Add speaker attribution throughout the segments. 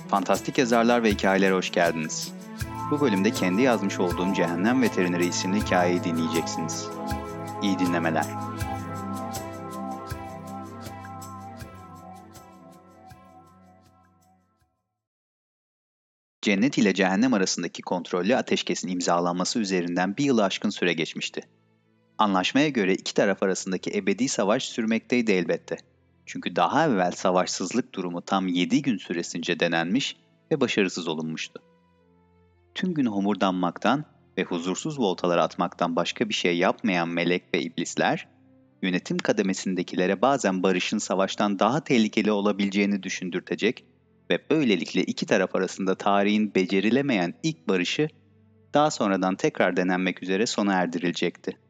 Speaker 1: Fantastik Yazarlar ve Hikâyelere hoş geldiniz. Bu bölümde kendi yazmış olduğum Cehennem Veterineri isimli hikayeyi dinleyeceksiniz. İyi dinlemeler. Cennet ile cehennem arasındaki kontrollü ateşkesin imzalanması üzerinden bir yılı aşkın süre geçmişti. Anlaşmaya göre iki taraf arasındaki ebedi savaş sürmekteydi elbette. Çünkü daha evvel savaşsızlık durumu tam 7 gün süresince denenmiş ve başarısız olunmuştu. Tüm gün homurdanmaktan ve huzursuz voltalar atmaktan başka bir şey yapmayan melek ve iblisler, yönetim kademesindekilere bazen barışın savaştan daha tehlikeli olabileceğini düşündürtecek ve böylelikle iki taraf arasında tarihin becerilemeyen ilk barışı daha sonradan tekrar denenmek üzere sona erdirilecekti.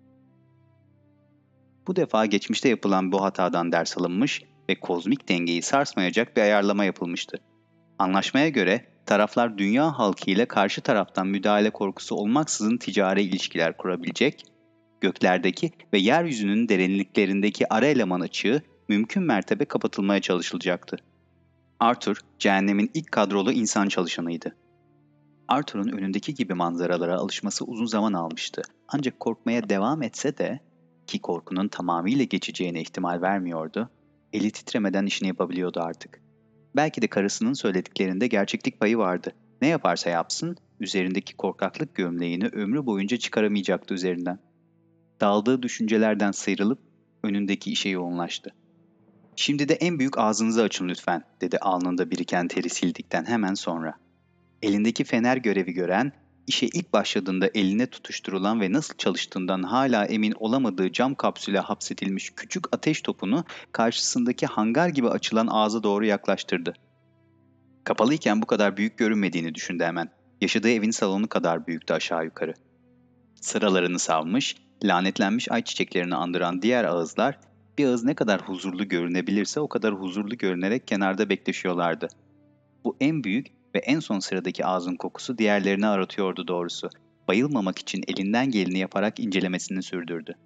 Speaker 1: Bu defa geçmişte yapılan bu hatadan ders alınmış ve kozmik dengeyi sarsmayacak bir ayarlama yapılmıştı. Anlaşmaya göre taraflar dünya halkı ile karşı taraftan müdahale korkusu olmaksızın ticari ilişkiler kurabilecek, göklerdeki ve yeryüzünün derinliklerindeki ara eleman açığı mümkün mertebe kapatılmaya çalışılacaktı. Arthur, cehennemin ilk kadrolu insan çalışanıydı. Arthur'un önündeki gibi manzaralara alışması uzun zaman almıştı. Ancak korkmaya devam etse de, ki korkunun tamamıyla geçeceğine ihtimal vermiyordu, eli titremeden işini yapabiliyordu artık. Belki de karısının söylediklerinde gerçeklik payı vardı. Ne yaparsa yapsın, üzerindeki korkaklık gömleğini ömrü boyunca çıkaramayacaktı üzerinden. Daldığı düşüncelerden sıyrılıp önündeki işe yoğunlaştı. "Şimdi de en büyük ağzınızı açın lütfen," dedi alnında biriken teri sildikten hemen sonra. Elindeki fener görevi gören, işe ilk başladığında eline tutuşturulan ve nasıl çalıştığından hala emin olamadığı cam kapsüle hapsedilmiş küçük ateş topunu karşısındaki hangar gibi açılan ağza doğru yaklaştırdı. Kapalıyken bu kadar büyük görünmediğini düşündü hemen. Yaşadığı evin salonu kadar büyüktü aşağı yukarı. Sıralarını savmış, lanetlenmiş ayçiçeklerini andıran diğer ağızlar, bir ağız ne kadar huzurlu görünebilirse o kadar huzurlu görünerek kenarda bekleşiyorlardı. Bu en büyük ve en son sıradaki ağzın kokusu diğerlerini aratıyordu doğrusu. Bayılmamak için elinden geleni yaparak incelemesini sürdürdü.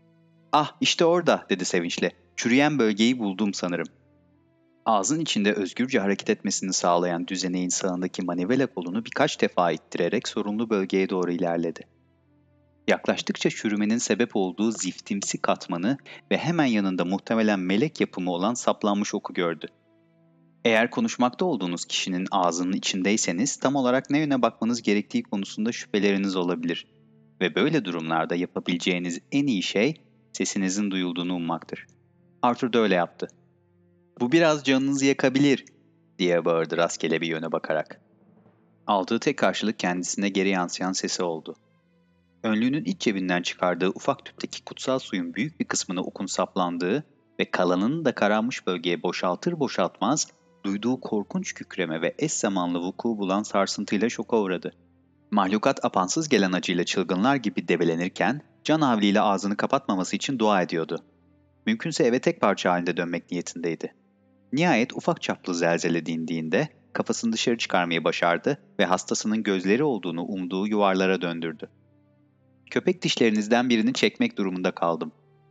Speaker 1: "Ah, işte orada," dedi sevinçle. "Çürüyen bölgeyi buldum sanırım." Ağzın içinde özgürce hareket etmesini sağlayan düzeneğin sağındaki manivela kolunu birkaç defa ittirerek sorunlu bölgeye doğru ilerledi. Yaklaştıkça çürümenin sebep olduğu ziftimsi katmanı ve hemen yanında muhtemelen melek yapımı olan saplanmış oku gördü. Eğer konuşmakta olduğunuz kişinin ağzının içindeyseniz tam olarak ne yöne bakmanız gerektiği konusunda şüpheleriniz olabilir. Ve böyle durumlarda yapabileceğiniz en iyi şey sesinizin duyulduğunu ummaktır. Arthur da öyle yaptı. "Bu biraz canınızı yakabilir," diye bağırdı rastgele bir yöne bakarak. Aldığı tek karşılık kendisine geri yansıyan sesi oldu. Önlüğünün iç cebinden çıkardığı ufak tüpteki kutsal suyun büyük bir kısmına okun saplandığı ve kalanını da kararmış bölgeye boşaltır boşaltmaz duyduğu korkunç kükreme ve eş zamanlı vuku bulan sarsıntıyla şoka uğradı. Mahlukat apansız gelen acıyla çılgınlar gibi debelenirken can havliyle ağzını kapatmaması için dua ediyordu. Mümkünse eve tek parça halinde dönmek niyetindeydi. Nihayet ufak çaplı zelzele dindiğinde kafasını dışarı çıkarmayı başardı ve hastasının gözleri olduğunu umduğu yuvarlara döndürdü. "Köpek dişlerinizden birini çekmek durumunda kaldım.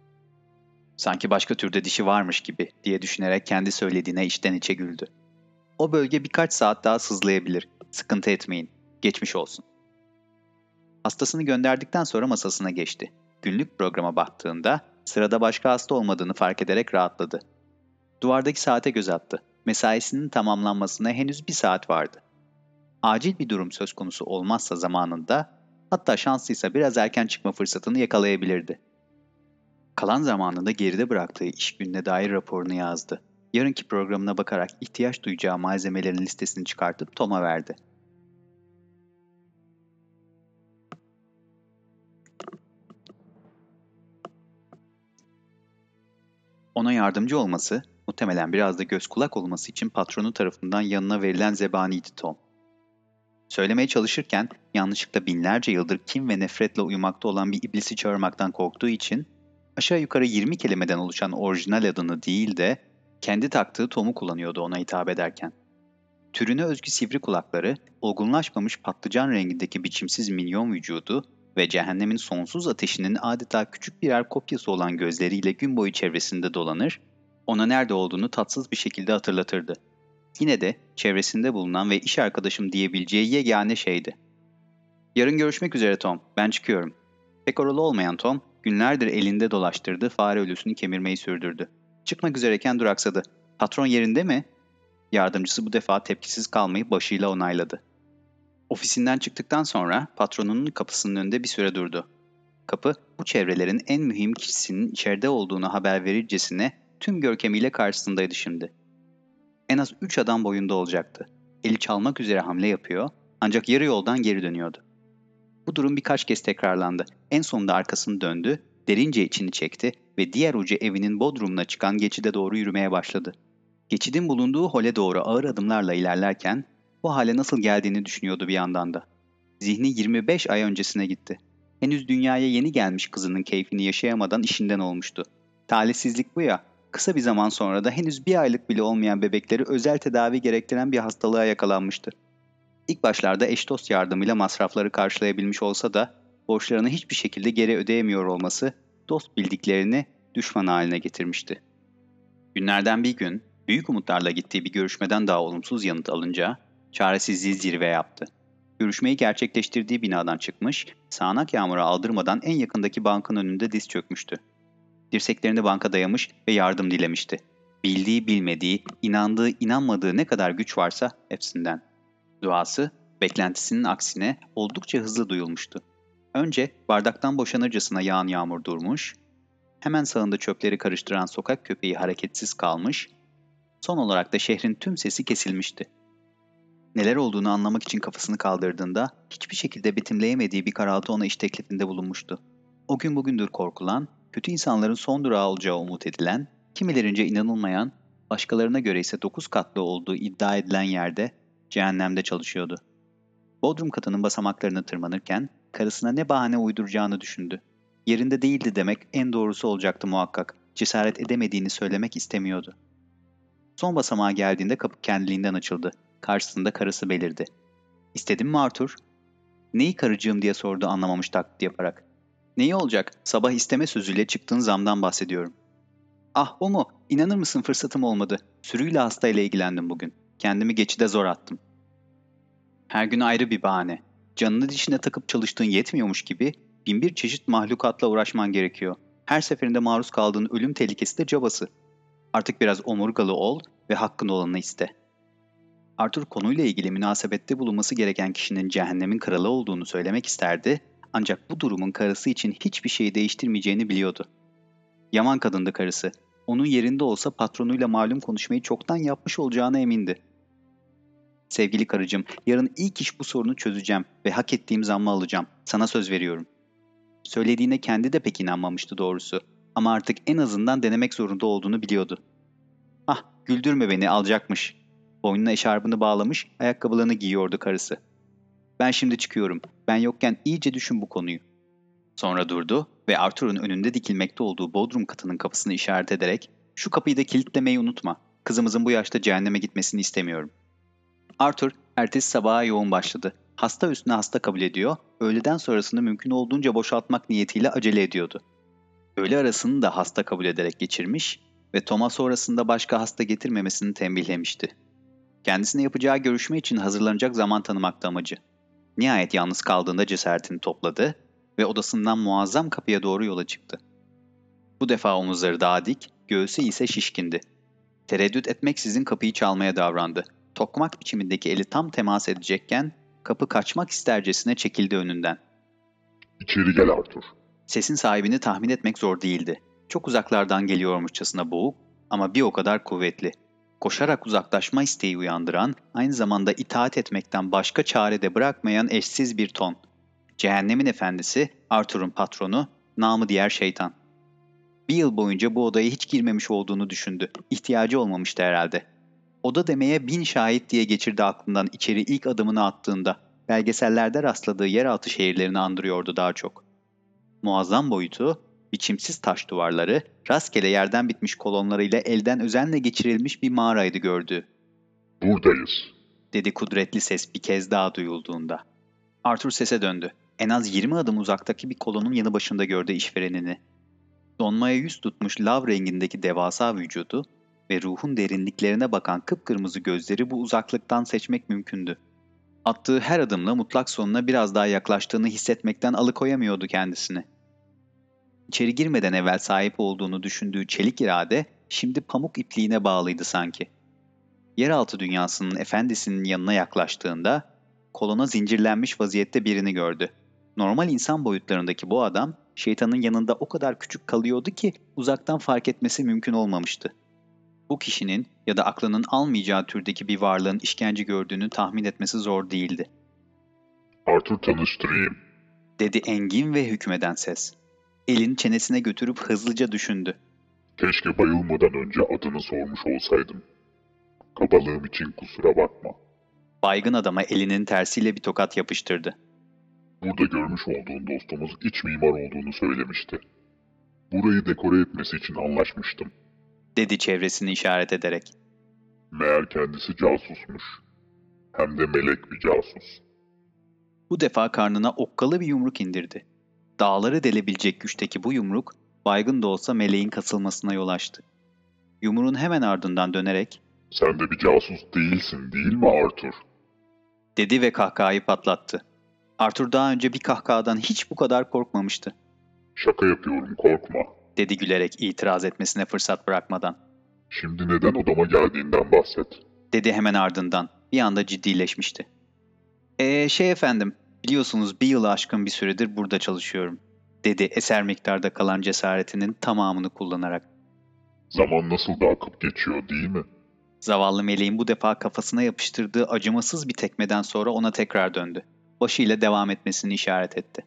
Speaker 1: Sanki başka türde dişi varmış gibi," diye düşünerek kendi söylediğine içten içe güldü. "O bölge birkaç saat daha sızlayabilir. Sıkıntı etmeyin. Geçmiş olsun." Hastasını gönderdikten sonra masasına geçti. Günlük programa baktığında sırada başka hasta olmadığını fark ederek rahatladı. Duvardaki saate göz attı. Mesaisinin tamamlanmasına henüz 1 saat vardı. Acil bir durum söz konusu olmazsa zamanında, hatta şanslıysa biraz erken çıkma fırsatını yakalayabilirdi. Kalan zamanında geride bıraktığı iş gününe dair raporunu yazdı. Yarınki programına bakarak ihtiyaç duyacağı malzemelerin listesini çıkartıp Tom'a verdi. Ona yardımcı olması, muhtemelen biraz da göz kulak olması için patronu tarafından yanına verilen zebaniydi Tom. Söylemeye çalışırken yanlışlıkla binlerce yıldır kin ve nefretle uyumakta olan bir iblisi çağırmaktan korktuğu için aşağı yukarı 20 kelimeden oluşan orijinal adını değil de kendi taktığı Tom'u kullanıyordu ona hitap ederken. Türüne özgü sivri kulakları, olgunlaşmamış patlıcan rengindeki biçimsiz minyon vücudu ve cehennemin sonsuz ateşinin adeta küçük birer kopyası olan gözleriyle gün boyu çevresinde dolanır, ona nerede olduğunu tatsız bir şekilde hatırlatırdı. Yine de çevresinde bulunan ve iş arkadaşım diyebileceği yegane şeydi. "Yarın görüşmek üzere Tom, ben çıkıyorum." Pek oralı olmayan Tom, günlerdir elinde dolaştırdığı fare ölüsünü kemirmeyi sürdürdü. Çıkmak üzereyken duraksadı. "Patron yerinde mi?" Yardımcısı bu defa tepkisiz kalmayıp başıyla onayladı. Ofisinden çıktıktan sonra patronunun kapısının önünde bir süre durdu. Kapı, bu çevrelerin en mühim kişisinin içeride olduğunu haber verircesine tüm görkemiyle karşısındaydı şimdi. En az 3 adam boyunda olacaktı. Eli çalmak üzere hamle yapıyor, ancak yarı yoldan geri dönüyordu. Bu durum birkaç kez tekrarlandı. En sonunda arkasını döndü, derince içini çekti ve diğer ucu evinin bodrumuna çıkan geçide doğru yürümeye başladı. Geçidin bulunduğu hole doğru ağır adımlarla ilerlerken bu hale nasıl geldiğini düşünüyordu bir yandan da. Zihni 25 ay öncesine gitti. Henüz dünyaya yeni gelmiş kızının keyfini yaşayamadan işinden olmuştu. Talihsizlik bu ya, kısa bir zaman sonra da henüz bir aylık bile olmayan bebekleri özel tedavi gerektiren bir hastalığa yakalanmıştı. İlk başlarda eş dost yardımıyla masrafları karşılayabilmiş olsa da borçlarını hiçbir şekilde geri ödeyemiyor olması dost bildiklerini düşman haline getirmişti. Günlerden bir gün büyük umutlarla gittiği bir görüşmeden daha olumsuz yanıt alınca çaresizliği zirve yaptı. Görüşmeyi gerçekleştirdiği binadan çıkmış, sağanak yağmura aldırmadan en yakındaki bankın önünde diz çökmüştü. Dirseklerini banka dayamış ve yardım dilemişti. Bildiği bilmediği, inandığı inanmadığı ne kadar güç varsa hepsinden. Duası, beklentisinin aksine oldukça hızlı duyulmuştu. Önce bardaktan boşanırcasına yağan yağmur durmuş, hemen sağında çöpleri karıştıran sokak köpeği hareketsiz kalmış, son olarak da şehrin tüm sesi kesilmişti. Neler olduğunu anlamak için kafasını kaldırdığında hiçbir şekilde betimleyemediği bir karaltı ona iş teklifinde bulunmuştu. O gün bugündür korkulan, kötü insanların son durağı olacağı umut edilen, kimilerince inanılmayan, başkalarına göre ise 9 katlı olduğu iddia edilen yerde cehennemde çalışıyordu. Bodrum katının basamaklarını tırmanırken karısına ne bahane uyduracağını düşündü. Yerinde değildi demek en doğrusu olacaktı muhakkak. Cesaret edemediğini söylemek istemiyordu. Son basamağa geldiğinde kapı kendiliğinden açıldı. Karşısında karısı belirdi. "İstedin mi Arthur?" "Neyi karıcığım?" diye sordu anlamamış taklit yaparak. "Neyi olacak? Sabah isteme sözüyle çıktığın zamdan bahsediyorum." "Ah, o mu? İnanır mısın, fırsatım olmadı. Sürüyle hastayla ilgilendim bugün. Kendimi geçide zor attım." Her gün ayrı bir bahane. Canını dişine takıp çalıştığın yetmiyormuş gibi bin bir çeşit mahlukatla uğraşman gerekiyor. Her seferinde maruz kaldığın ölüm tehlikesi de cabası. Artık biraz omurgalı ol ve hakkın olanı iste. Arthur konuyla ilgili münasebette bulunması gereken kişinin cehennemin kralı olduğunu söylemek isterdi, ancak bu durumun karısı için hiçbir şeyi değiştirmeyeceğini biliyordu. Yaman kadındı karısı. Onun yerinde olsa patronuyla malum konuşmayı çoktan yapmış olacağına emindi. "Sevgili karıcığım, yarın ilk iş bu sorunu çözeceğim ve hak ettiğim zammı alacağım. Sana söz veriyorum." Söylediğine kendi de pek inanmamıştı doğrusu. Ama artık en azından denemek zorunda olduğunu biliyordu. "Ah, güldürme beni, alacakmış." Boynuna eşarbını bağlamış, ayakkabılarını giyiyordu karısı. "Ben şimdi çıkıyorum. Ben yokken iyice düşün bu konuyu." Sonra durdu ve Arthur'un önünde dikilmekte olduğu bodrum katının kapısını işaret ederek "Şu kapıyı da kilitlemeyi unutma. Kızımızın bu yaşta cehenneme gitmesini istemiyorum." Arthur ertesi sabaha yoğun başladı. Hasta üstüne hasta kabul ediyor, öğleden sonrasını mümkün olduğunca boşaltmak niyetiyle acele ediyordu. Öğle arasını da hasta kabul ederek geçirmiş ve Tom'a sonrasında başka hasta getirmemesini tembihlemişti. Kendisine yapacağı görüşme için hazırlanacak zaman tanımaktı amacı. Nihayet yalnız kaldığında cesaretini topladı ve odasından muazzam kapıya doğru yola çıktı. Bu defa omuzları daha dik, göğsü ise şişkindi. Tereddüt etmeksizin kapıyı çalmaya davrandı. Tokmak biçimindeki eli tam temas edecekken kapı kaçmak istercesine çekildi önünden.
Speaker 2: "İçeri gel Arthur."
Speaker 1: Sesin sahibini tahmin etmek zor değildi. Çok uzaklardan geliyormuşçasına boğuk ama bir o kadar kuvvetli. Koşarak uzaklaşma isteği uyandıran, aynı zamanda itaat etmekten başka çare de bırakmayan eşsiz bir ton. Cehennemin efendisi, Arthur'un patronu, namı diğer şeytan. Bir yıl boyunca bu odaya hiç girmemiş olduğunu düşündü. İhtiyacı olmamıştı herhalde. Oda demeye 1000 şahit diye geçirdi aklından içeri ilk adımını attığında. Belgesellerde rastladığı yeraltı şehirlerini andırıyordu daha çok. Muazzam boyutu, biçimsiz taş duvarları, rastgele yerden bitmiş kolonlarıyla elden özenle geçirilmiş bir mağaraydı gördüğü.
Speaker 2: "Buradayız."
Speaker 1: Dedi kudretli ses bir kez daha duyulduğunda. Arthur sese döndü. En az 20 adım uzaktaki bir kolonun yanı başında gördü işverenini. Donmaya yüz tutmuş lav rengindeki devasa vücudu, ve ruhun derinliklerine bakan kıpkırmızı gözleri bu uzaklıktan seçmek mümkündü. Attığı her adımla mutlak sonuna biraz daha yaklaştığını hissetmekten alıkoyamıyordu kendisini. İçeri girmeden evvel sahip olduğunu düşündüğü çelik irade şimdi pamuk ipliğine bağlıydı sanki. Yeraltı dünyasının efendisinin yanına yaklaştığında koluna zincirlenmiş vaziyette birini gördü. Normal insan boyutlarındaki bu adam şeytanın yanında o kadar küçük kalıyordu ki uzaktan fark etmesi mümkün olmamıştı. Bu kişinin ya da aklının almayacağı türdeki bir varlığın işkence gördüğünü tahmin etmesi zor değildi.
Speaker 2: Arthur, tanıştırayım.
Speaker 1: Dedi engin ve hükmeden ses. Elini çenesine götürüp hızlıca düşündü.
Speaker 2: Keşke bayılmadan önce adını sormuş olsaydım. Kabalığım için kusura bakma.
Speaker 1: Baygın adama elinin tersiyle bir tokat yapıştırdı.
Speaker 2: Burada görmüş olduğun dostumuz iç mimar olduğunu söylemişti. Burayı dekore etmesi için anlaşmıştım.
Speaker 1: Dedi çevresini işaret ederek.
Speaker 2: Meğer kendisi casusmuş. Hem de melek bir casus.
Speaker 1: Bu defa karnına okkalı bir yumruk indirdi. Dağları delebilecek güçteki bu yumruk, baygın da olsa meleğin kasılmasına yol açtı. Yumruğun hemen ardından dönerek,
Speaker 2: Sen de bir casus değilsin, değil mi Arthur?
Speaker 1: dedi ve kahkahayı patlattı. Arthur daha önce bir kahkahadan hiç bu kadar korkmamıştı.
Speaker 2: Şaka yapıyorum, korkma.
Speaker 1: Dedi gülerek itiraz etmesine fırsat bırakmadan.
Speaker 2: Şimdi neden odama geldiğinden bahset.
Speaker 1: Dedi hemen ardından. Bir anda ciddileşmişti. Efendim, biliyorsunuz bir yılı aşkın bir süredir burada çalışıyorum. Dedi eser miktarda kalan cesaretinin tamamını kullanarak.
Speaker 2: Zaman nasıl da akıp geçiyor, değil mi?
Speaker 1: Zavallı meleğin bu defa kafasına yapıştırdığı acımasız bir tekmeden sonra ona tekrar döndü. Başıyla devam etmesini işaret etti.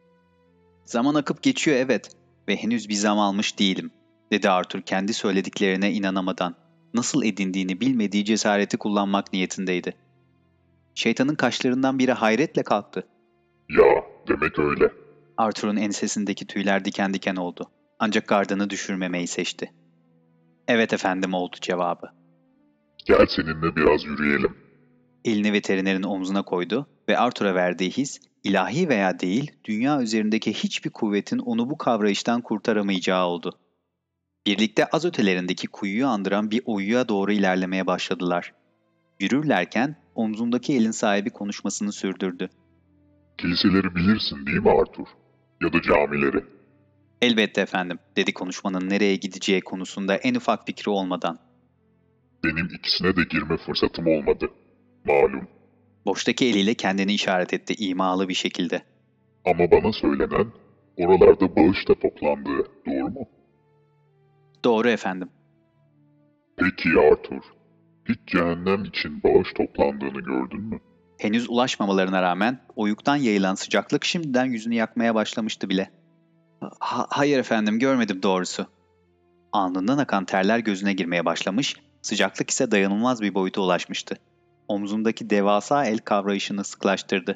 Speaker 1: Zaman akıp geçiyor evet ve henüz bir zam almış değilim, dedi Arthur kendi söylediklerine inanamadan. Nasıl edindiğini bilmediği cesareti kullanmak niyetindeydi. Şeytanın kaşlarından biri hayretle kalktı.
Speaker 2: Ya, demek öyle.
Speaker 1: Arthur'un ensesindeki tüyler diken diken oldu. Ancak gardını düşürmemeyi seçti. Evet efendim oldu cevabı.
Speaker 2: Gel seninle biraz yürüyelim.
Speaker 1: Elini veterinerin omzuna koydu ve Arthur'a verdiği his, ilahi veya değil, dünya üzerindeki hiçbir kuvvetin onu bu kavrayıştan kurtaramayacağı oldu. Birlikte az ötelerindeki kuyuyu andıran bir oyuya doğru ilerlemeye başladılar. Yürürlerken omzundaki elin sahibi konuşmasını sürdürdü.
Speaker 2: Kiliseleri bilirsin değil mi Arthur? Ya da camileri.
Speaker 1: Elbette efendim, dedi konuşmanın nereye gideceği konusunda en ufak fikri olmadan.
Speaker 2: Benim ikisine de girme fırsatım olmadı. Malum.
Speaker 1: Boştaki eliyle kendini işaret etti imalı bir şekilde.
Speaker 2: Ama bana söylenen, oralarda bağış da toplandığı, doğru mu?
Speaker 1: Doğru efendim.
Speaker 2: Peki Arthur, hiç cehennem için bağış toplandığını gördün mü?
Speaker 1: Henüz ulaşmamalarına rağmen oyuktan yayılan sıcaklık şimdiden yüzünü yakmaya başlamıştı bile. Hayır efendim, görmedim doğrusu. Alnından akan terler gözüne girmeye başlamış, sıcaklık ise dayanılmaz bir boyuta ulaşmıştı. Omzundaki devasa el kavrayışını sıklaştırdı.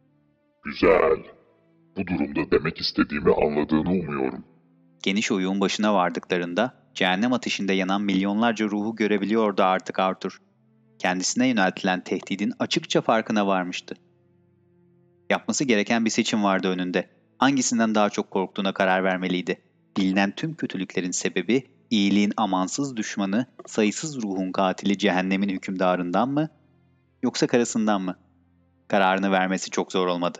Speaker 2: Güzel. Bu durumda demek istediğimi anladığını umuyorum.
Speaker 1: Geniş oyuğun başına vardıklarında cehennem ateşinde yanan milyonlarca ruhu görebiliyordu artık Arthur. Kendisine yöneltilen tehdidin açıkça farkına varmıştı. Yapması gereken bir seçim vardı önünde. Hangisinden daha çok korktuğuna karar vermeliydi. Bilinen tüm kötülüklerin sebebi, iyiliğin amansız düşmanı, sayısız ruhun katili cehennemin hükümdarından mı, yoksa karısından mı? Kararını vermesi çok zor olmadı.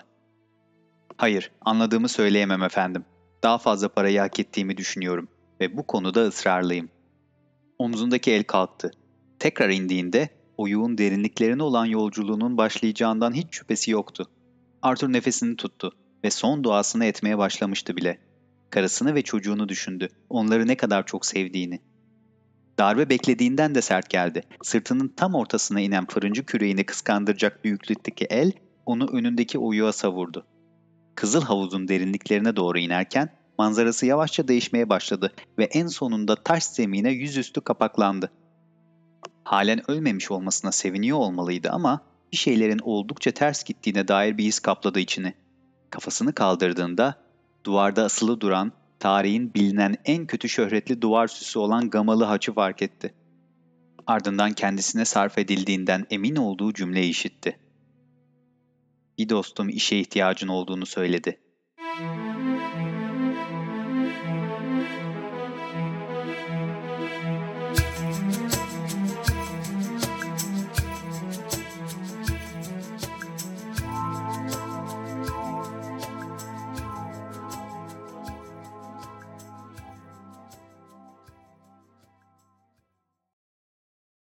Speaker 1: Hayır, anladığımı söyleyemem efendim. Daha fazla parayı hak ettiğimi düşünüyorum ve bu konuda ısrarlıyım. Omzundaki el kalktı. Tekrar indiğinde oyuğun derinliklerine olan yolculuğunun başlayacağından hiç şüphesi yoktu. Arthur nefesini tuttu ve son duasını etmeye başlamıştı bile. Karısını ve çocuğunu düşündü, onları ne kadar çok sevdiğini. Darbe beklediğinden de sert geldi. Sırtının tam ortasına inen fırıncı küreğini kıskandıracak büyüklükteki el, onu önündeki oyuğa savurdu. Kızıl havuzun derinliklerine doğru inerken manzarası yavaşça değişmeye başladı ve en sonunda taş zemine yüzüstü kapaklandı. Halen ölmemiş olmasına seviniyor olmalıydı ama bir şeylerin oldukça ters gittiğine dair bir his kapladı içini. Kafasını kaldırdığında duvarda asılı duran, tarihin bilinen en kötü şöhretli duvar süsü olan gamalı haçı fark etti. Ardından kendisine sarf edildiğinden emin olduğu cümleyi işitti. Bir dostum işe ihtiyacın olduğunu söyledi.